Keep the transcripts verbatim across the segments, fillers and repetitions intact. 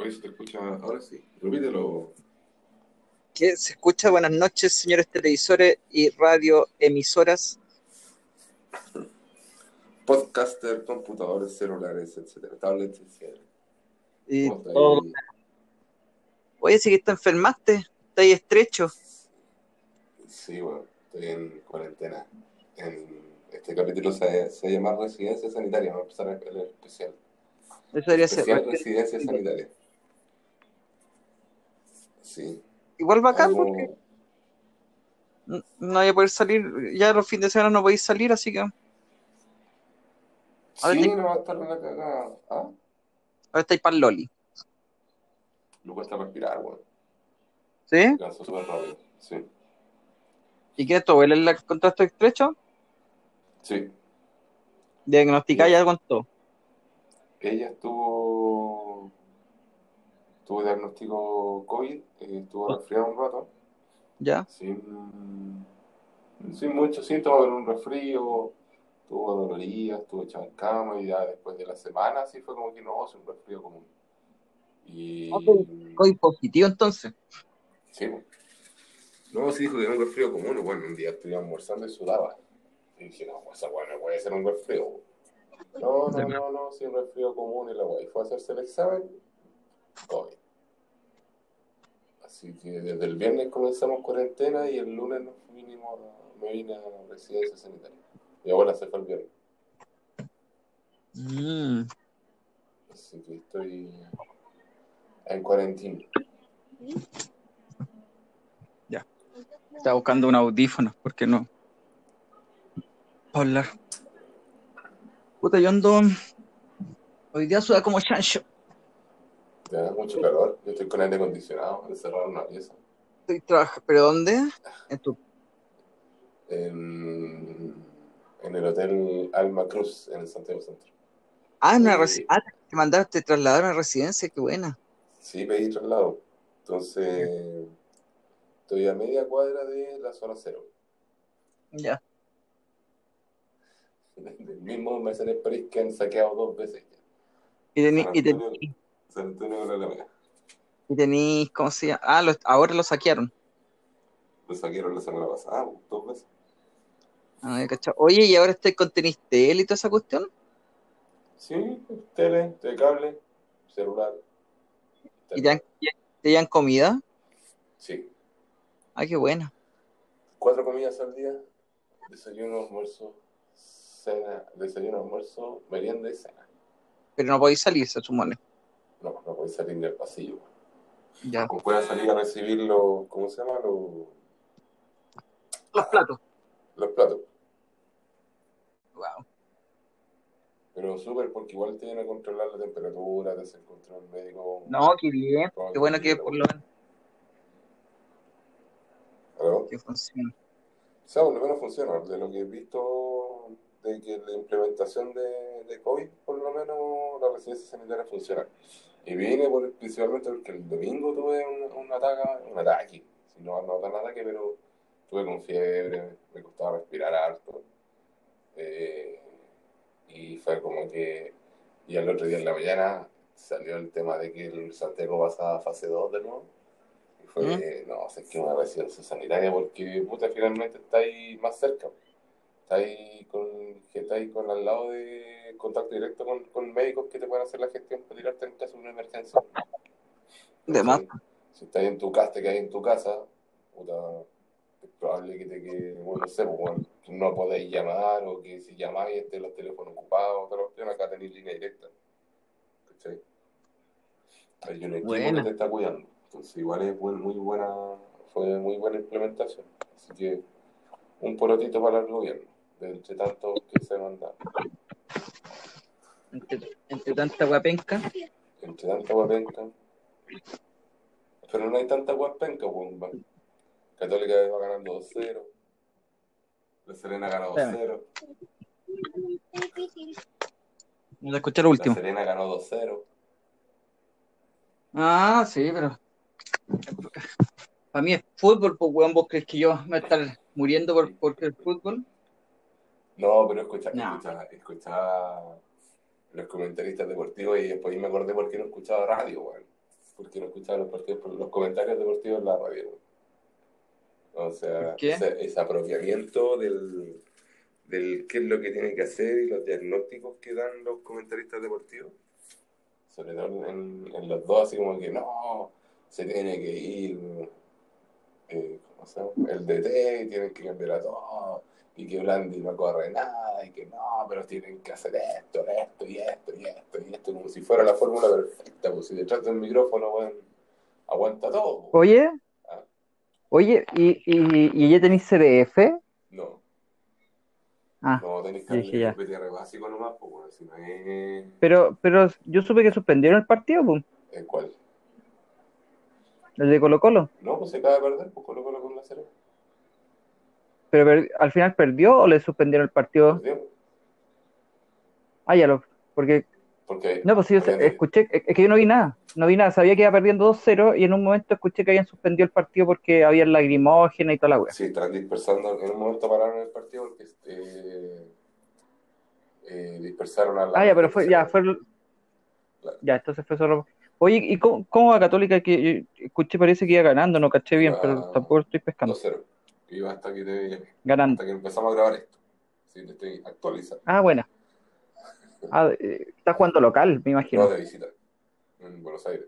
Ahí se te escucha, ahora sí. Repítelo. ¿Qué se escucha? Buenas noches, señores televisores y radioemisoras. Podcaster, computadores, celulares, etcétera, tablets, etcétera. Y ¿Cómo está todo. ahí? Oye, si que te enfermaste, está ahí estrecho. Sí, bueno, estoy en cuarentena. En este capítulo se, se llama Residencia Sanitaria, vamos a empezar el especial. Eso debería ser. Especial Residencia Sanitaria. Sí. Igual bacán porque Algo... n- no voy a poder salir. Ya los fines de semana no podéis salir, así que ahora Sí, estáis, no va a estar una cagada. ¿Ah? ahora estáis para Loli. Me cuesta respirar, bueno. Me ¿Sí? canso súper rápido. Sí. ¿Y qué es esto? ¿Huele el contrato estrecho? Sí. Ella, Diagnosticáis algo en todo. ella estuvo... Tuvo diagnóstico COVID, eh, estuvo resfriado un rato. ¿Ya? sin, sin muchos síntomas, pero un resfrío, tuvo doloridas, estuvo echado en cama y ya después de la semana sí fue como que no, es un resfrío común. Ah, Y pues, COVID positivo entonces. sí, pues. No, sí dijo que era un resfrío común y bueno, un día estuve almorzando y sudaba. Y dije, no, pues bueno, no puede ser un resfrío. No, De no, más. no, no, sí, un resfrío común y la wey. Fue a hacerse el examen, COVID. Así que desde el viernes comenzamos cuarentena y el lunes nos vinimos a- me vine a residencia sanitaria. Mi abuela se fue el viernes. Mm, Así que estoy en cuarentena. ya. Estaba buscando un audífono, porque no. Para hablar. Puta, yo ando. Hoy día suda como chancho. Te da mucho calor. Yo estoy con aire acondicionado, encerrado en una pieza. Estoy trabajando. ¿Pero dónde? En tu. En, en el hotel Alma Cruz, en el Santiago Centro. Ah, en una resi- Ahí ah, te mandaste trasladar a una residencia, qué buena. sí pedí traslado. Entonces, estoy a media cuadra de la zona cero. Ya. Del mismo Mercedes París que han saqueado dos veces ya. Y San tení, y tení, Antonio, San Antonio de la Alameda. y tení- ¿cómo se llama? Ah, lo- ahora lo saquearon. Lo saquearon la semana pasada, dos veces. Ah, ya cachao. Oye, ¿y ahora estoy con Tenistel y toda esa cuestión? Sí, tele, de cable, celular, ¿Y te dan, internet. te dan comida? Sí. Ah, qué buena. Cuatro comidas al día, desayuno, almuerzo, cena, desayuno, almuerzo, merienda y cena. Pero no podéis salir, se supone. No, no podéis salir ni al pasillo. Ya. Como puedan salir a recibir los, ¿cómo se llama? Los, Los platos. los platos. Wow. Pero súper porque igual tienen que controlar la temperatura, te hacer control médico, No, qué bien. todo Qué bueno que tranquilo, por güey. lo menos ¿Aló? que funcione. O sea, por lo menos funciona. De lo que he visto de que la implementación de, de COVID, por lo menos la residencia sanitaria funciona. Y vine por, principalmente porque el domingo tuve un, un ataque, un ataque, si no, no tan ataque, pero tuve con fiebre, me costaba respirar harto. eh, y fue como que, y al otro día en la mañana salió el tema de que el Santiago pasaba a fase dos de nuevo. Y ¿Mm? fue, no, sé que una residencia sanitaria porque, puta, finalmente está ahí más cerca. Está ahí con, que está ahí con al lado de contacto directo con, con médicos que te pueden hacer la gestión para tirarte en caso de una emergencia. De más. ¿Cachai? Si estás en tu casa, te quedas en tu casa, puta, es probable que te quede, bueno, no sé, pues, bueno, no podéis llamar o que si llamáis estén los teléfonos ocupados, otra opción, acá tenéis línea directa. ¿Cachai? Hay un equipo que Buena. te está cuidando. Entonces igual es buen- muy buena, fue muy buena implementación. Así que un porotito para el gobierno, de entre tantos que se mandan. Entre, entre tanta guapenca. Entre tanta guapenca. Pero no hay tanta guapenca, pues. Va. Católica va ganando dos cero. La Serena ganó dos Espérame. cero. Vamos a escuchar lo La último. Serena ganó dos cero. Ah, sí, pero para mí es fútbol, pues weón, ¿vos crees que yo me voy a estar muriendo por porque el fútbol? No, pero escucha, No. escucha, escuchaba los comentaristas deportivos y después me acordé por qué no escuchaba radio, weón. porque no escuchaba los partidos, por los comentarios deportivos en la radio. O ¿Por sea, qué? ese, ese apropiamiento del, del qué es lo que tienen que hacer y los diagnósticos que dan los comentaristas deportivos, sobre todo en, en los dos, así como que no, se tiene que ir, eh, ¿cómo se llama? El D T, tienen que cambiar a todo, y que Blandi no corre nada, y que no, pero tienen que hacer esto, esto, y esto, y esto, y esto, como si fuera la fórmula perfecta, pues si detrás del micrófono, bueno, aguanta todo. Pues. Oye, ¿Ah? oye, ¿y, y, y ya tenéis C D F? No, Ah, no tenéis yo dije carnet ya. P T R básico nomás, pues bueno, si no es... Pero, pero yo supe que suspendieron el partido, pues, ¿En cuál? el de Colo-Colo. No, pues se acaba de perder, pues Colo Colo con la cero. Pero per- al final perdió o le suspendieron el partido. Perdió, Ah, ya lo, porque, porque no, pues sí, yo sa- habían, escuché, es es que yo no vi nada, no vi nada, sabía que iba perdiendo dos cero y en un momento escuché que habían suspendido el partido porque había lagrimógena y toda la wea. sí, estaban dispersando, en un momento pararon el partido porque eh, eh, dispersaron a la Ah, ya, pero fue, ya, manifestación. fue, Claro. ya, entonces fue solo. Oye, ¿y cómo, cómo va Católica? Que yo escuché, parece que iba ganando, no caché bien, pero Iba tampoco estoy pescando. dos cero. Iba hasta que, te, Ganando. hasta que empezamos a grabar esto. Sí, te estoy actualizando. Ah, buena. Ah, eh, está jugando local, me No, imagino. de visita, en Buenos Aires.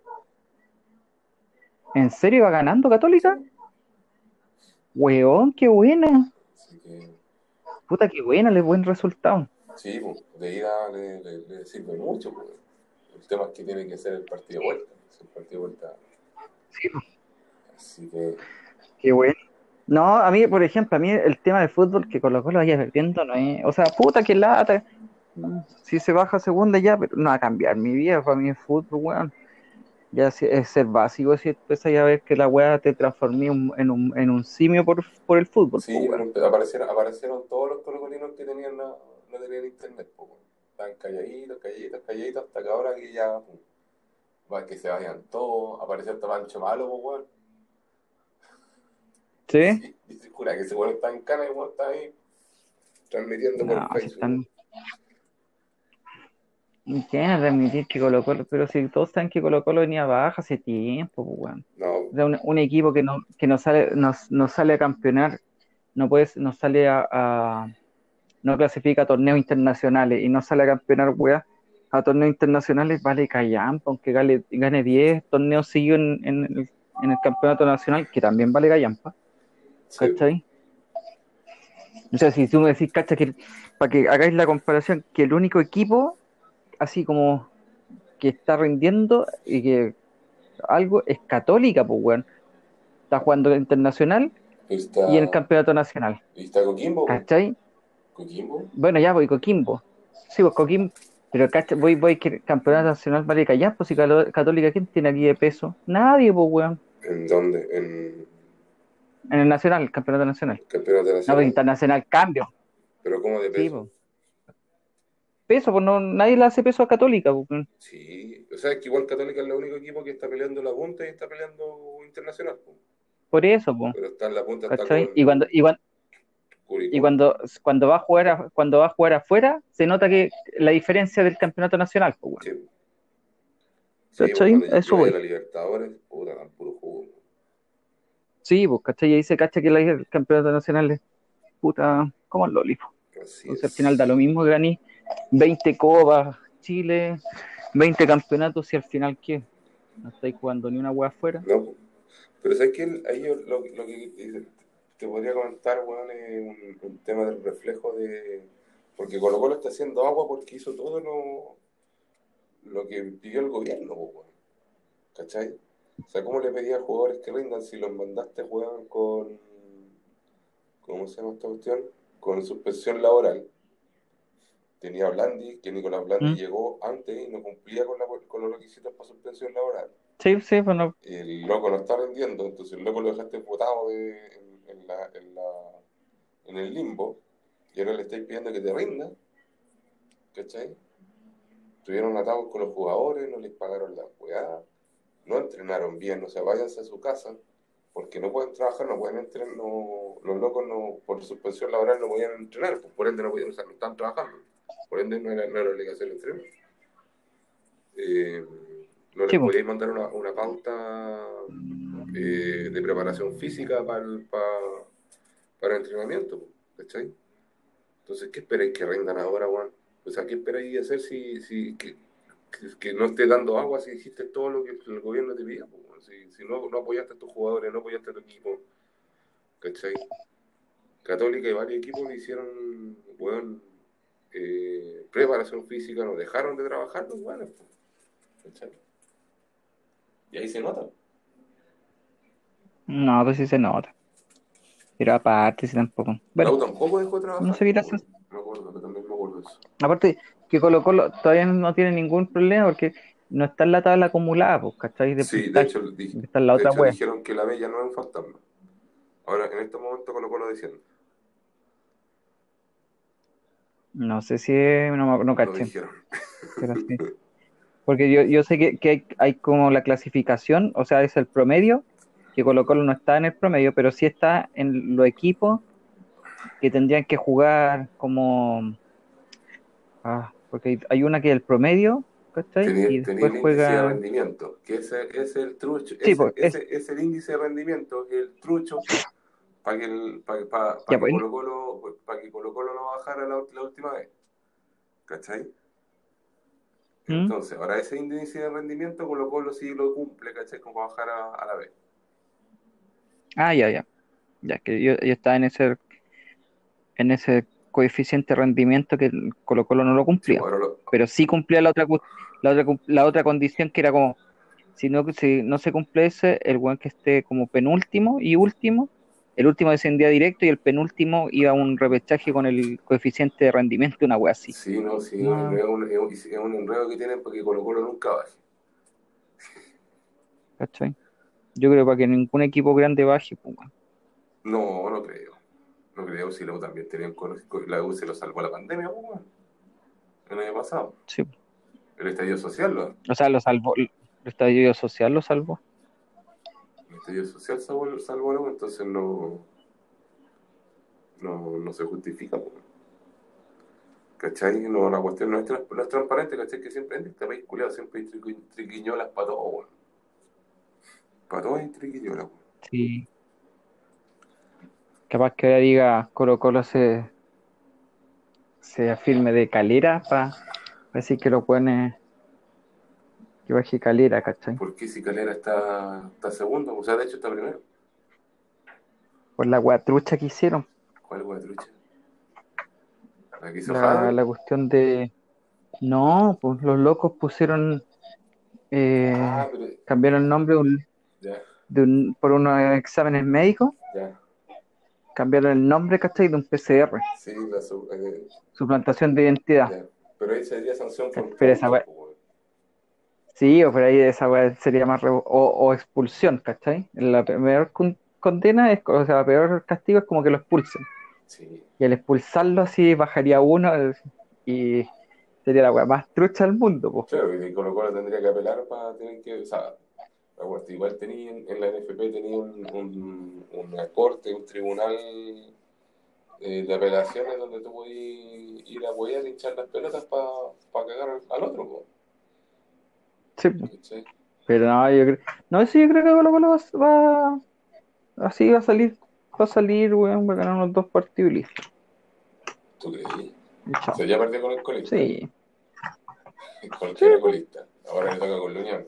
¿En serio va ganando Católica? Sí, Weón, qué buena. así que Puta, qué buena, le buen resultado. sí, pues, de ida le, le, le sirve mucho. Pues. El tema es que tiene que ser el partido de vuelta. Es el partido de vuelta. Sí, pues, Así que qué bueno. No, a mí, por ejemplo, a mí el tema del fútbol que Colo Colo vaya perdiendo no es. O sea, puta que lata. Mm, Si se baja a segunda ya, pero no va a cambiar mi vida. Para mí el fútbol, weón. Ya si- es ser básico si empiezas ya a ver que la weá te transformé un- en un, en un simio por, por el fútbol, pues sí, weón. pero aparecieron, aparecieron todos los colocolinos que tenían no, no tenían internet, pues, bueno. Estaban calladitos, calladitos, calladitos, hasta que ahora que ya, pum, va que se vayan todos, apareció hasta Pancho Malo, pues, bueno. ¿Sí? Sí, y se jura que ese bueno está en cana y bueno, está ahí transmitiendo por No, si Facebook. están. Quieren admitir que Colo Colo, pero si todos saben que Colo Colo venía baja hace tiempo, pues weón. No, O sea, un, un equipo que no, que no sale, no, no sale a campeonar, no puede, no sale a, a- no clasifica a torneos internacionales y no sale a campeonar, weá, a torneos internacionales, vale callampa, aunque gane, gane diez torneos seguidos en, en el, en el campeonato nacional, que también vale callampa, sí, ¿cachai? O sea, si tú me decís, cacha, que para que hagáis la comparación, que el único equipo, así como que está rindiendo y que algo es Católica, pues, weón. Está jugando el internacional ahí y en el está, campeonato nacional, ahí está Coquimbo, po. ¿cachai? Coquimbo, Bueno, ya voy Coquimbo. Sí, pues Coquimbo. Pero cacha, voy, voy que el campeonato nacional vale callar, pues si Calo- Católica, ¿quién tiene aquí de peso? Nadie, pues, weón. ¿en dónde? En En el nacional, el campeonato nacional. el Campeonato No, pues Nacional, internacional cambio. pero ¿cómo de Sí, peso? pues. Peso, pues no, nadie le hace peso a Católica, pues, weón. Sí, o sea, es que igual Católica es el único equipo que está peleando la punta y está peleando internacional, po. Por eso, pues, Pero está en la punta, está ¿cachai? Y con cuando, y cuando, y Curicó. cuando, cuando va a jugar a- cuando va a jugar afuera, se nota que la diferencia del campeonato nacional, pues, weón. Sí, sí, pues ¿Cachai? cuando A eso llega a voy. la Libertadores, puta, dan puro jugo. Sí, pues, ¿cachai? Y ahí se cacha que la- el campeonato nacional es puta como el Loli, po. Así Entonces al final da lo es. mismo que gané veinte copas Chile, veinte campeonatos y al final ¿qué? No estáis jugando ni una hueá afuera. No, po. Pero sabes que el- ahí yo lo, lo que te te podría comentar, weón, es un, un tema del reflejo de. Porque Colo Colo está haciendo agua porque hizo todo lo, lo que pidió el gobierno, po, weón. ¿Cachai? O sea, ¿cómo le pedía a jugadores que rindan si los mandaste a jugar con. ¿Cómo se llama esta cuestión? Con suspensión laboral. Tenía a Blandi, que Nicolás Blandi ¿Mm? llegó antes y no cumplía con, la, con los requisitos para suspensión laboral. Sí, sí, pues no. El loco no está rindiendo, entonces el loco lo dejaste botado de, en, en la, en, la, en el limbo y ahora le estáis pidiendo que te rinda, ¿cachai? Tuvieron atados con los jugadores, no les pagaron la weá, no entrenaron bien, o sea, váyanse a su casa porque no pueden trabajar, no pueden entrenar, no, los locos no, por suspensión laboral no podían entrenar, pues por ende no podían, o sea, no están trabajando, por ende no era, no era obligación entrenar. Eh, No les Sí, pues. podéis mandar una, una pauta eh, de preparación física para el, pa- para el entrenamiento, po, ¿cachai? Entonces, ¿qué esperáis que rindan ahora, Juan? O sea, ¿qué esperáis hacer si, si que, que- que no esté dando agua si hiciste todo lo que el gobierno te pedía, po, weón? Si, si no, no apoyaste a tus jugadores, no apoyaste a tu equipo, ¿cachai? Católica y varios equipos le hicieron, weón, eh, preparación física, no dejaron de trabajar los weones, po, ¿cachai? Y ahí se nota. No, pues sí se nota. Pero aparte, sí tampoco. La Bueno, U tampoco dejó de no trabajar, sé qué pues, irá a hacer. weón. Me acuerdo, que también me acuerdo de eso. Aparte, que Colo Colo todavía no tiene ningún problema porque no está en la tabla acumulada, pues, ¿cachai? De Sí, de puntaje. hecho, di- Está en la de otra hecho web. dijeron que la Bella no es un fantasma. Ahora, en este momento Colo Colo diciendo, No sé si es, no, me- no lo caché, dijeron. pero sí. Porque yo, yo sé que, que hay, hay como la clasificación, o sea, es el promedio, que Colo Colo no está en el promedio, pero sí está en los equipos que tendrían que jugar como, ah, porque hay, hay una que es el promedio, ¿cachai? Tenía, Y tenía después el índice de juega, rendimiento, que ese es el trucho, sí, pues ese, es, ese es el índice de rendimiento, el trucho, para que, el, pa, pa- pa ya que pues, Colo Colo, para que Colo Colo no bajara la, la última vez. ¿Cachai? ¿Mm? Entonces, ahora ese índice de rendimiento Colo Colo sí lo cumple, ¿cachai? Como para bajar a, a la vez. Ah, ya, ya, ya que yo, yo estaba en ese, en ese coeficiente de rendimiento que el Colo Colo no lo Sí, pues cumplía, ahora lo, pero sí cumplía la otra, cu- la otra, cu- la otra condición que era como, si no, si no se cumple ese, el buen que esté como penúltimo y último, el último descendía directo y el penúltimo iba a un repechaje con el coeficiente de rendimiento, una wea así. sí, no, sí, no No, es un, es un- es un enredo que tienen porque Colo Colo nunca baje. ¿cachai? Yo creo para que ningún equipo grande baje, pues, weón. No, no creo. No creo si la U también tenía un coro- la U se lo salvó la pandemia, pues, weón, el año pasado. Sí. El estallido social, ¿no? O sea, lo salvó, el estallido social lo salvó. El estallido social salvó, salvó la U, entonces no, no, no se justifica, pues. ¿Cachai? No, la cuestión no es, trans- no es transparente, ¿cachai? Que siempre en este país culiado siempre hay triqui- triquiñuelas para todo, weón. Para todo hay triquiñuelas, weón. Sí. Capaz que ahora diga Colo Colo se, se afirme de Calera para decir que lo pone que baje Calera, ¿cachai? ¿Por qué si Calera está, está segundo? O sea, de hecho está primero. Por la guatrucha que hicieron, ¿Cuál weón trucha? ¿La que hizo la, Jadwe? la cuestión de... No, pues los locos pusieron, Ah, eh, pero cambiaron el nombre de un- ya, de un- por unos exámenes médicos, ya. cambiaron el nombre, ¿cachai? De un P C R, Sí, la sub- eh, suplantación de identidad. ya. Pero ahí sería sanción por Pero esa puntos, weá, pues, weón. sí, o por ahí esa weá sería más... revo- O, o expulsión, ¿cachai? La peor con- condena es, o sea, la peor castigo es como que lo expulsen. Sí. Y al expulsarlo así bajaría uno eh, y sería la weá más trucha del mundo, pues. Claro, y Colo Colo tendría que apelar para tener que. O sea, acuérdate, igual tenía en, en la N F P tenía un, un, una corte, un tribunal eh, de apelaciones donde tú podías ir a apoyar, hinchar las pelotas para cagar al, al otro, po, Sí, po. ¿cachai? Pero no, yo creo, no, sí, yo creo que Colo Colo va, va- así va a salir, va a salir, weón, va a ganar unos dos partidos y listo. ¿Tú creí? Y O sea, chao. ya perdió con el colista, Sí, con el sí, que era po. colista. Ahora le toca con la Unión.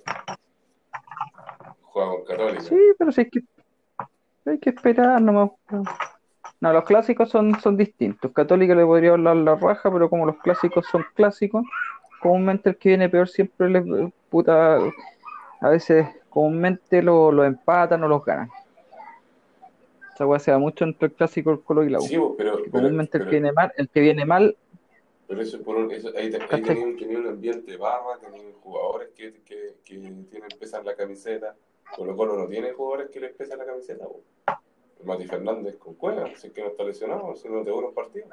Juega con Católica. Sí, pero sí hay que, hay que esperar nomás, po. No, los clásicos son, son distintos. Católica le podría hablar la raja, pero como los clásicos son clásicos, comúnmente el que viene peor siempre le puta, a veces comúnmente lo, lo empatan o los ganan. Esa weá se da mucho entre el clásico, el Colo y la U. Sí, po, pero, Que pero, comúnmente el que pero, viene mal, el que viene mal, pero eso es por un, eso, ahí, te- ahí ¿cachai? tenía, un, tenía un ambiente barra, tenía jugadores que, que, que tienen pesan la camiseta. Colo Colo no tiene jugadores que les pesan la camiseta, po. El Mati Fernández con Cueva, si es que no está lesionado, si no te dura un partido.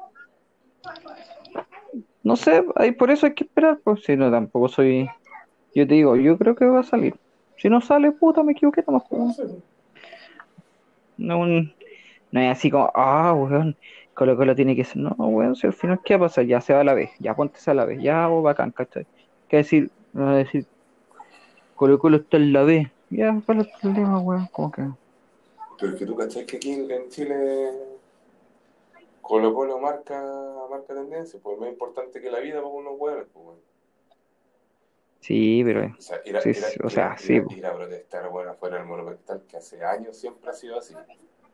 No sé, ahí por eso hay que esperar, pues si no tampoco soy, yo te digo, yo creo que va a salir. Si no sale, puta, me equivoqué, nomás, No pues. sé, po. No, un- no es así como, ah, weón, Colo Colo tiene que ser, no, weón, si al final, ¿qué pasa? Ya se va a la vez, ya ponte a la vez, ya, oh, bacán, ¿cachai? ¿Qué decir? No va a decir, Colo Colo está en la B. Ya, ¿cuál es el problema, weón? ¿Cómo que? Pero es que tú cachás que aquí en Chile Colo Colo marca, marca tendencia, pues es más importante que la vida para unos hueones, pues, weón. Sí, pero. O sea, ir a, Sí, ir a, sí, o ir a, sea, ir sí, a, po. ir a protestar, bueno, afuera del Monumental, que hace años siempre ha sido así.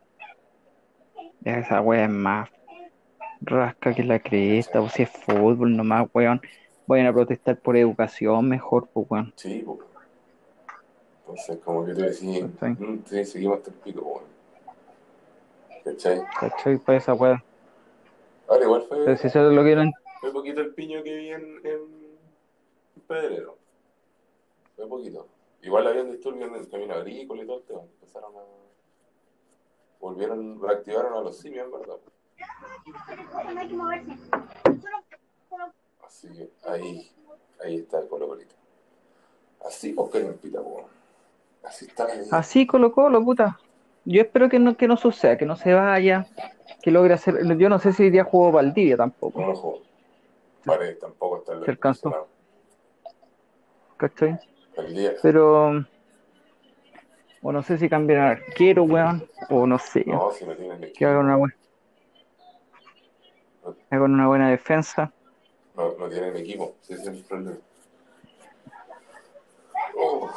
Ya esa wea es más rasca que la cresta, ¿Cachai? o si es fútbol nomás, weón. Vayan a protestar por educación mejor, pues, weón. Sí, pues. Entonces, como que tú decís, ¿Cachai? mm, sí, seguimos hasta el pico, weón. ¿Cachai? ¿Cachai? Para esa wea. Ahora, igual Pero fue, si solo lo quieren. fue poquito el piño que vi en, en Pedrero. Fue poquito. Igual habían disturbios en el camino agrícola y todo el tema. Empezaron a. Volvieron, reactivaron a los simios, en verdad. Así que ahí, ahí está el Colo Colito. Así porque no pita, weón. Así está la vida. Así colocó lo puta. Yo espero que no, que no suceda, que no se vaya, que logre hacer. Yo no sé si hoy día jugó Valdivia tampoco. No lo juego. Paredes tampoco están Se alcanzó, lesionados. ¿cachai? El día. Pero. O no sé si cambian al arquero, weón. O no sé. No, si no tienen Que hagan una, equipo. buen- No, hagan una buena defensa. no, no tienen equipo. Sí, ese es el problema. Oh,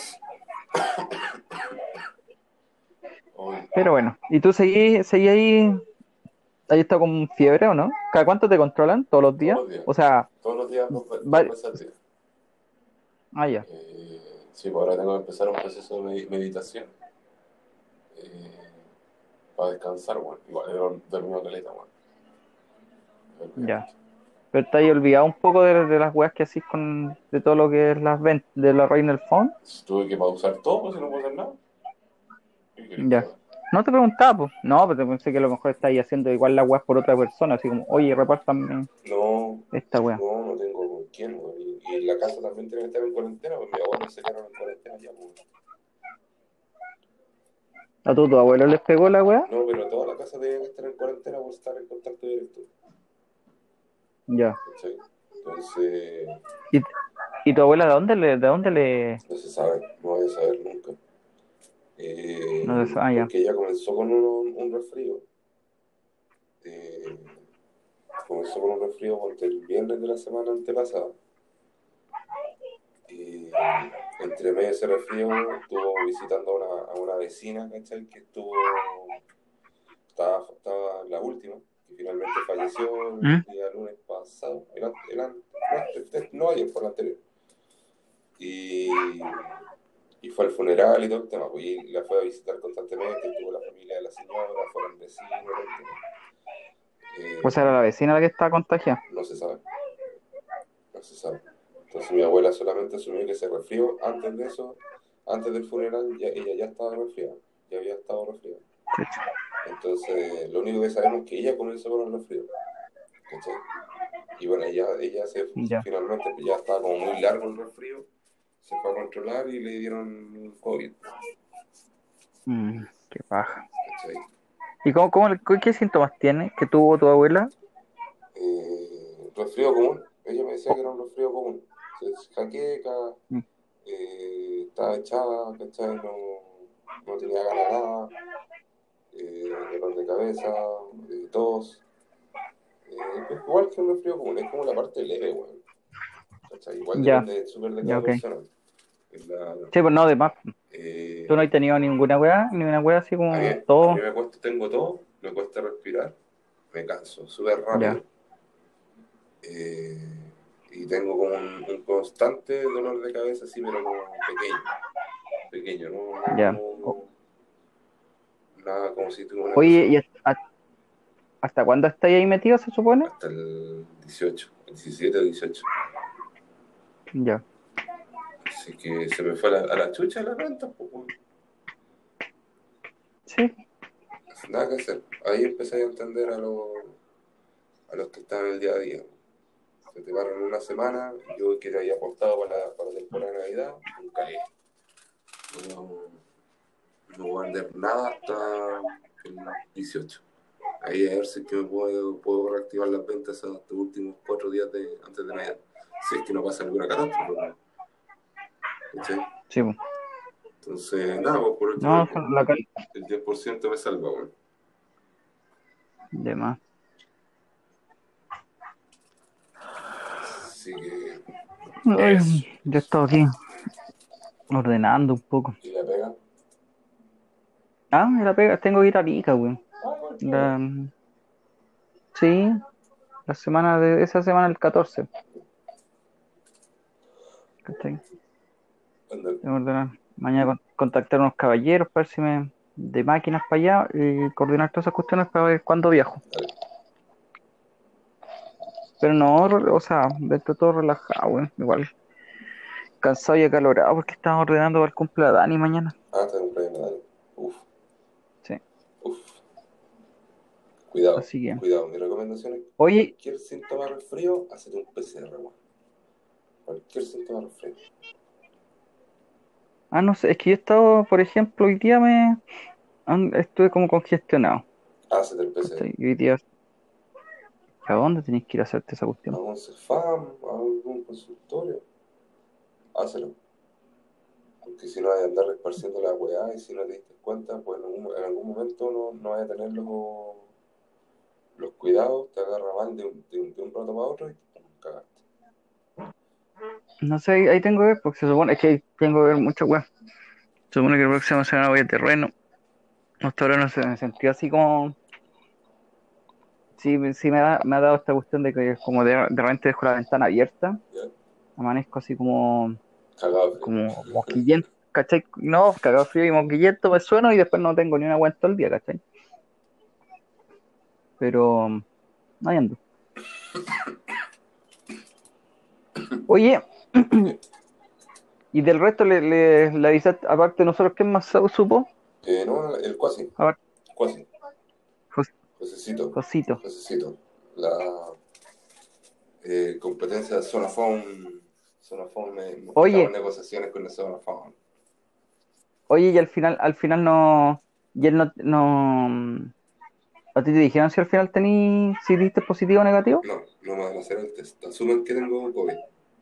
oh, Pero bueno. ¿Y tú seguís, seguís ahí? ¿Ahí está con fiebre o no? ¿Cada cuánto te controlan? ¿Todos los todos días? los días. O sea, Todos los días, dos, ve- dos va- veces al día. ah, ya. Eh, sí, pues ahora tengo que empezar un proceso de med- meditación. Eh, para descansar, bueno. Igual he dor- dormido caleta, bueno. Ya. Pero te has olvidado un poco de, de las weas que hacís con de todo lo que es las ventas de la Reina del Phone. Tuve que pausar todo, pues si no puedo hacer nada. ¿Qué querés que Ya. haga? No te preguntaba, pues. No, pero pensé que a lo mejor estáis haciendo igual las weas por otra persona, así como, oye, repártame No, esta wea. no, no tengo con quién, weón. Y, y en la casa también tiene que estar en cuarentena, pues mis abuelos se quedaron en cuarentena ya, pues. ¿A tu, tu abuelo les pegó la wea? No, pero toda la casa tiene que estar en cuarentena por estar en contacto directo. Ya. ¿Cachai? Entonces, ¿Y, y tu abuela de dónde le, de dónde le, no se sabe, no voy a saber nunca. no Eh, sé, ah, ya. porque ella comenzó con un, un resfrío. Eh, comenzó con un resfrío porque el viernes de la semana antepasada. Y entre medio de ese resfrío estuvo visitando a una, a una vecina, ¿cachai? Que estuvo, estaba, estaba la última, que finalmente falleció ¿Mm? el día lunes pasado, el, an- el, an- no, este- no ayer, fue el anterior. Y, y fue al funeral y todo el tema, pues, y la fue a visitar constantemente, estuvo la familia de la señora, fueron vecinos, todo el tema. O sea, era la Eh, vecina la que estaba contagiada. no se sabe, no se sabe. Entonces mi abuela solamente asumió que se resfrió. Antes de eso, antes del funeral, ya, ella ya estaba resfriada, ya había estado resfriada. Chucha. Entonces, lo único que sabemos es que ella comenzó con el resfrío, ¿cachai? Y bueno, ella, ella se, Ya. finalmente pues, ya estaba como muy largo el resfrío, se fue a controlar y le dieron COVID, Mm, qué paja. ¿cachai? ¿Y cómo, cómo, qué síntomas tiene que tuvo tu abuela? Eh, resfrío común, ella me decía Oh, que era un resfrío común, se jaqueca, mm, eh, estaba echada, ¿cachai? No, no tenía ganas de nada, eh, dolor de cabeza, eh, tos, eh, pues igual que un resfrío común, es como la parte leve, weón, ¿cachai? Igual ya, depende súper de ya, cada ok. persona. Es la, Sí, pues no, de más. ¿Tú no eh, has tenido ninguna weá? ¿Ni una weá así a mí, como a mí todo? me cuesta, tengo todo, me cuesta respirar, me canso súper Ya, rápido, eh, y tengo como un, un constante dolor de cabeza, así, pero como pequeño, pequeño, no, ya. O- no, no, nada como si tuviera una cosa Oye, ¿y hasta, hasta cuándo estáis ahí metido, se supone? hasta el dieciocho, el diecisiete o dieciocho. Ya. Así que se me fue a la, a la chucha la renta, pues, weón. Sí, Nada que hacer. Ahí empecé a entender a, los a los que están en el día a día. Se te paran una semana, yo que te había apostado para la, para la temporada de Navidad, nunca es. No, no voy a vender nada hasta el dieciocho. Ahí a ver si es que me puedo, puedo reactivar las ventas hasta los últimos cuatro días de, antes de Navidad. Si es que no pasa alguna catástrofe, ¿no? ¿Cachai? Sí, po. Entonces, nada, pues por último No, el, son la cal... el diez por ciento me salva, weón. de más. Así que, Ay, eso. yo he estado aquí ordenando un poco. ¿Y la pega? Ah, me la pega, tengo que ir a Arica, weón. Ah, igual que yo. La... Sí, la semana de esa semana el catorce. ¿Cachai? Anda, Tengo que ordenar. Mañana con- contactar a unos caballeros para ver si me... de máquinas para allá y coordinar todas esas cuestiones para ver cuándo viajo. dale. Pero no, re- o sea, dentro de todo relajado, weón. Igual cansado y acalorado porque estamos ordenando para el cumple de Dani mañana. Ah, está cumpleaños, dale. Uf, Sí, uf. Cuidado, así que. cuidado. Mi recomendación es Oye, cualquier síntoma de resfrío, hacete un P C R, weón. Cualquier síntoma de resfrío. ah, no sé, es que yo he estado, por ejemplo, hoy día me an- estuve como congestionado. Hacete el P C R. ¿Cachai? Y hoy día, ¿a dónde tenéis que ir a hacerte esa A cuestión? un Cefam, a algún consultorio. Hácelo. Porque si no vas a andar esparciendo la weá y si no te diste cuenta, pues en algún, en algún momento no, no vas a tener los, los cuidados, te agarra mal de un, de un, de un rato para otro y pum, cagaste. No sé, ahí, ahí tengo que ver, porque se supone, es que ahí tengo que ver mucho, weón. Se supone que la próxima semana voy a terreno. Hasta ahora no sé, me sentí así como. Sí, me- sí me, da, me ha dado esta cuestión de que como de, de repente dejo la ventana abierta, ¿Ya? amanezco así como, Cagado de frío. como mosquillento, ¿cachai? No, cagado frío y mosquillento me sueno y después no tengo ni una vuelta al día, ¿cachai? Pero ahí ando. Oye, ¿Qué? y del resto le, le, le avisaste, aparte de nosotros, ¿quién más su- supo? Eh, no, el cuasi. Aparte, Cuasi. Jos- Josecito. Josito. Josecito. La eh, competencia de Zona Phone. Zona Phone, me, estamos en Oye, negociaciones con la Zona Phone. oye, y al final, al final no, y él no, no, ¿a ti te dijeron si al final tení, si diste positivo o negativo? No, no me van a hacer el test. Asumen que tengo COVID.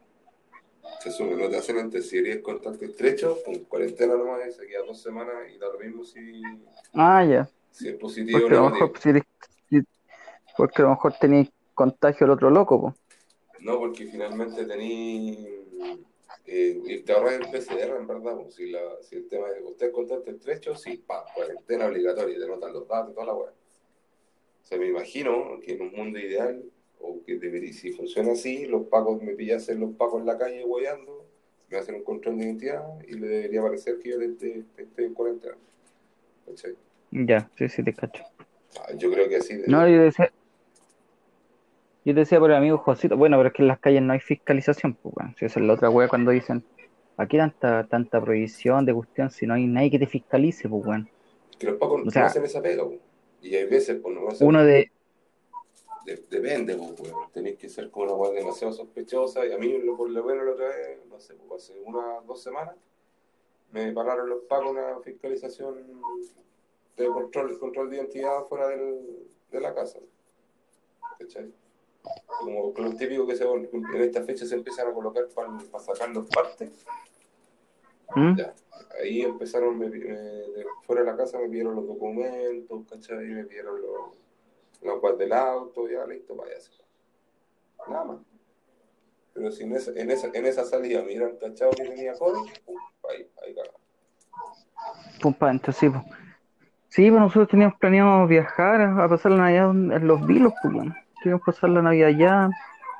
Se asume, no te hacen el test. Si eres contacto estrecho, con cuarentena nomás, se queda dos semanas y da lo mismo si, Ah, ya, si es positivo o porque a lo mejor, negativo. si eres- si- porque a lo mejor tenéis contagio al otro loco, po. No, porque finalmente tení. Eh, y te ahorras el P C R, en verdad. Pues, si, la, si el tema es usted es contacto estrecho, sí, pa, cuarentena obligatoria, te notan los datos y toda la weá. O sea, me imagino que en un mundo ideal, o que debería, si funciona así, los pacos me pillasen los pacos en la calle hueando, me hacen un control de identidad y le debería parecer que yo esté en cuarentena. ¿Cachai? Ya, sí, sí, te cacho. Ah, yo creo que así No, debería. yo decía, yo decía por el amigo Josito, bueno, pero es que en las calles no hay fiscalización, pues, weón. Si esa es la otra wea cuando dicen, aquí tanta, tanta prohibición de cuestión, si no hay nadie que te fiscalice, pues, weón. Que los pacos O no sea, hacen esa pega, po. Y hay veces, pues no sé, uno de, de- depende, pues, weón. Tenéis que ser como una weá demasiado sospechosa. Y a mí, lo- por lo menos la otra vez, no sé, pues hace unas dos semanas, me pararon los pacos una fiscalización de control, control de identidad fuera del, de la casa. ¿Cachai? Como con lo típico que se, en esta fecha se empiezan a colocar para, para sacar los partes. ¿Mm? Ya. Ahí empezaron, me, me, de fuera de la casa me pidieron los documentos, ¿cachai? Me pidieron los, los guas del auto, ya listo, vaya. Nada más. Pero si en esa, en esa, en esa salida me hubieran cachado que tenía COVID, pum, ahí, ahí cagamos. pum, pa' dentro, sí, pues. Sí, pues nosotros teníamos planeado viajar a, a pasar la Navidad en los Vilos, pues, weón. Queríamos pasar la Navidad allá,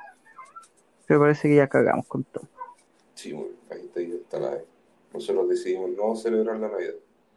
pero parece que ya cagamos con todo. Sí, bueno, ahí está, ahí está la vez. Nosotros decidimos no celebrar la Navidad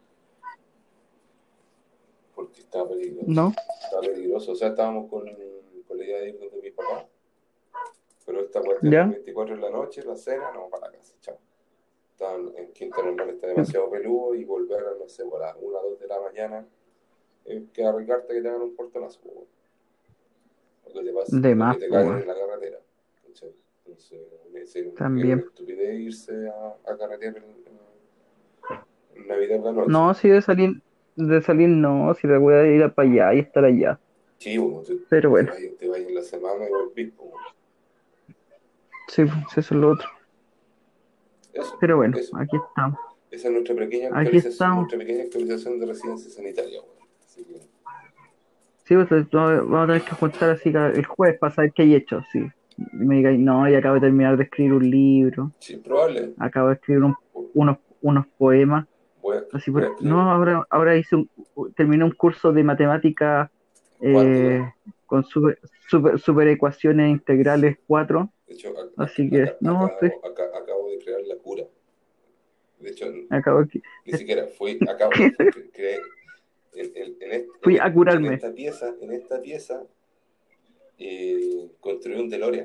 porque estaba peligroso. ¿No? Estaba peligroso. O sea, estábamos con, con la idea de ir donde mi papá. Pero esta cuestión del ¿Ya? veinticuatro en la noche, la cena, no, para la casa, chao. Estaban en Quinta Normal, está Sí. demasiado peludo y volver a, no sé, a las una o dos de la mañana, eh, que arriesgarte que te hagan un portonazo, po, o que te pase, De o que más, te pues, caguen weón. en la carretera. ¿Cachai? Entonces, me dicen que es una También. estupidez irse a, a carretear en, en, en Navidad en la noche. No, si de salir, de salir no, si la voy a ir para allá y estar allá. Sí, bueno, te, Pero te bueno, vayas te vayas en la semana y volvís, po. sí, pues, eso es lo otro. Eso, Pero bueno, eso. aquí estamos. Esa es nuestra pequeña Aquí actualización, estamos. nuestra pequeña actualización de residencia sanitaria, weón. Así que, Sí, pues entonces, vamos vamos a tener que juntar así cada- el jueves para saber qué hay hecho, sí. Y me digáis, no, y acabo de terminar de escribir un libro, sí, probable. acabo de escribir un- unos, unos poemas, Voy a, así voy a por, escribir no, ahora, ahora hice un, terminé un curso de matemática cuántica. eh, con super, super, superecuaciones integrales cuatro, De hecho, a- así a- que acá- no, estoy, acabo, acá- acabo de crear la cura. De hecho, acabo aquí, ni siquiera fui, acabo, cre- creé en, en- en est- en fui est- a en curarme. esta pieza, en esta pieza, eh, construí un DeLorean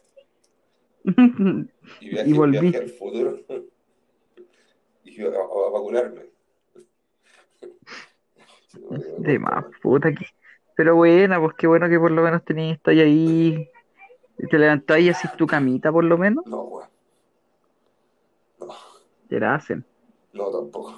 y Y viajé, viajé volví al futuro y fui a, a vacunarme. Sí, no, me de corta, más, weón. puta que. Pero bueno, pues qué bueno que por lo menos tenías, estáis ahí. ¿Te levantáis y así tu camita por lo menos? No, weón, no, Te la hacen. no tampoco.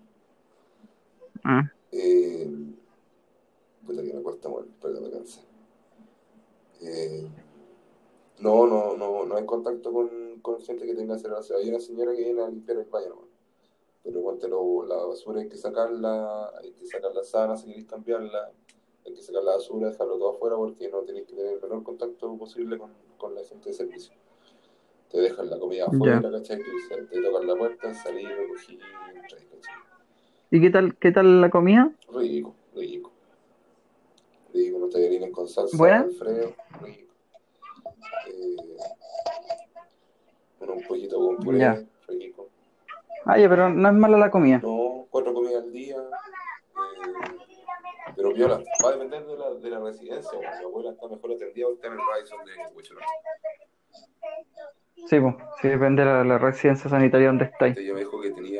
Ah, Eh, puta que me cuesta, weón, pero me cansé. Eh, no, no, no, no hay contacto con, con gente que tenga celular. Hay una señora que viene a limpiar el baño, ¿no? Pero ponte lo- la basura hay que sacarla, hay que sacar la sábana si queréis cambiarla, hay que sacar la basura, dejarlo todo afuera porque no tenéis que tener el menor contacto posible con, con la gente de servicio. Te dejan la comida ya. afuera, ¿cachai? Tú sa- te tocan la puerta, salí, recogí, entras, ¿cachai? ¿Y qué tal, qué tal la comida? Rico, rico. Rico, unos tallarines con salsa ¿Buena? Alfredo, rico. Eh, un pollito con Ya. puré, rico. Ah, ya, pero no es mala la comida. No, cuatro comidas al día. eh, Pero piola, va a depender de la, de la residencia. Bueno, mi abuela está mejor atendida porque está en el Radisson de Huichurán. Sí, pues, sí depende de la, la residencia sanitaria donde estáis. Este ella me dijo que tenía,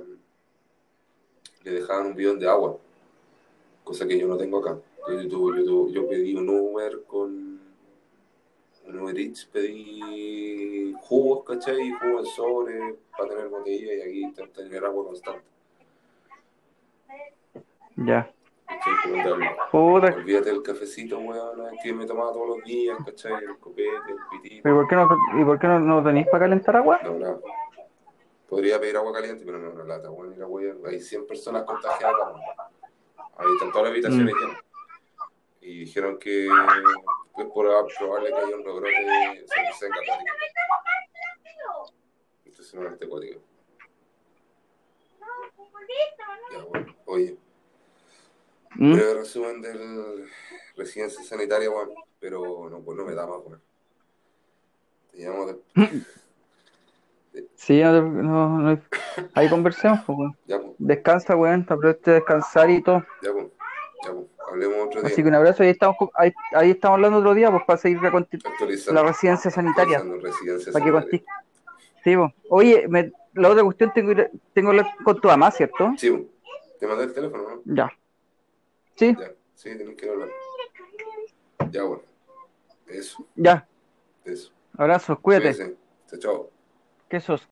le dejaban un bidón de agua, cosa que yo no tengo acá. Entonces yo, tuve- yo, tuve- yo pedí un Uber con un Uber Eats, pedí jugos, ¿cachai? Jugos en sobre para tener botella y aquí intenté tener agua constante. Ya. ¿Cachai? Pero onda, Puta, olvídate del cafecito, weón, que me tomaba todos los días, ¿cachai? El copete, el ¿y pitito. por qué no, y por qué no, no tenéis para calentar agua? No, nada. Podría pedir agua caliente, pero no, una lata, bueno, y la wea, hay cien personas contagiadas acá, weón. Ahí están todas las Mm, habitaciones llenas. Y dijeron que es proba- probable que haya un rebrote, o sea, que sea acuático. Entonces no es acuático. Ya, bueno. Oye, mm. breve resumen del residencia sanitaria, weón. Pero no, pues no me da más, weón. Te llamo de... de- Sí, no, te- no, no- ahí conversemos, pues, weón. Ya, pues, Descansa, weón, aprovecha de descansar y todo. ya, pues, ya, pues. Hablemos otro día. Así que un abrazo, ahí estamos, co- ahí, ahí estamos hablando otro día, pues para seguir la, conti- la Actualizando, residencia sanitaria, actualizando residencia para que sanitaria. contigo. Sí, pues. Oye, me- la otra cuestión tengo, que ir- tengo que hablar con tu mamá, ¿cierto? Sí, pues. Te mandé el teléfono, ¿no? Ya. Sí, Ya, sí, tenés que hablar. Ya, bueno, eso, ya. eso. Abrazos, cuídate. Cuídense. Chao, chao. Que sos.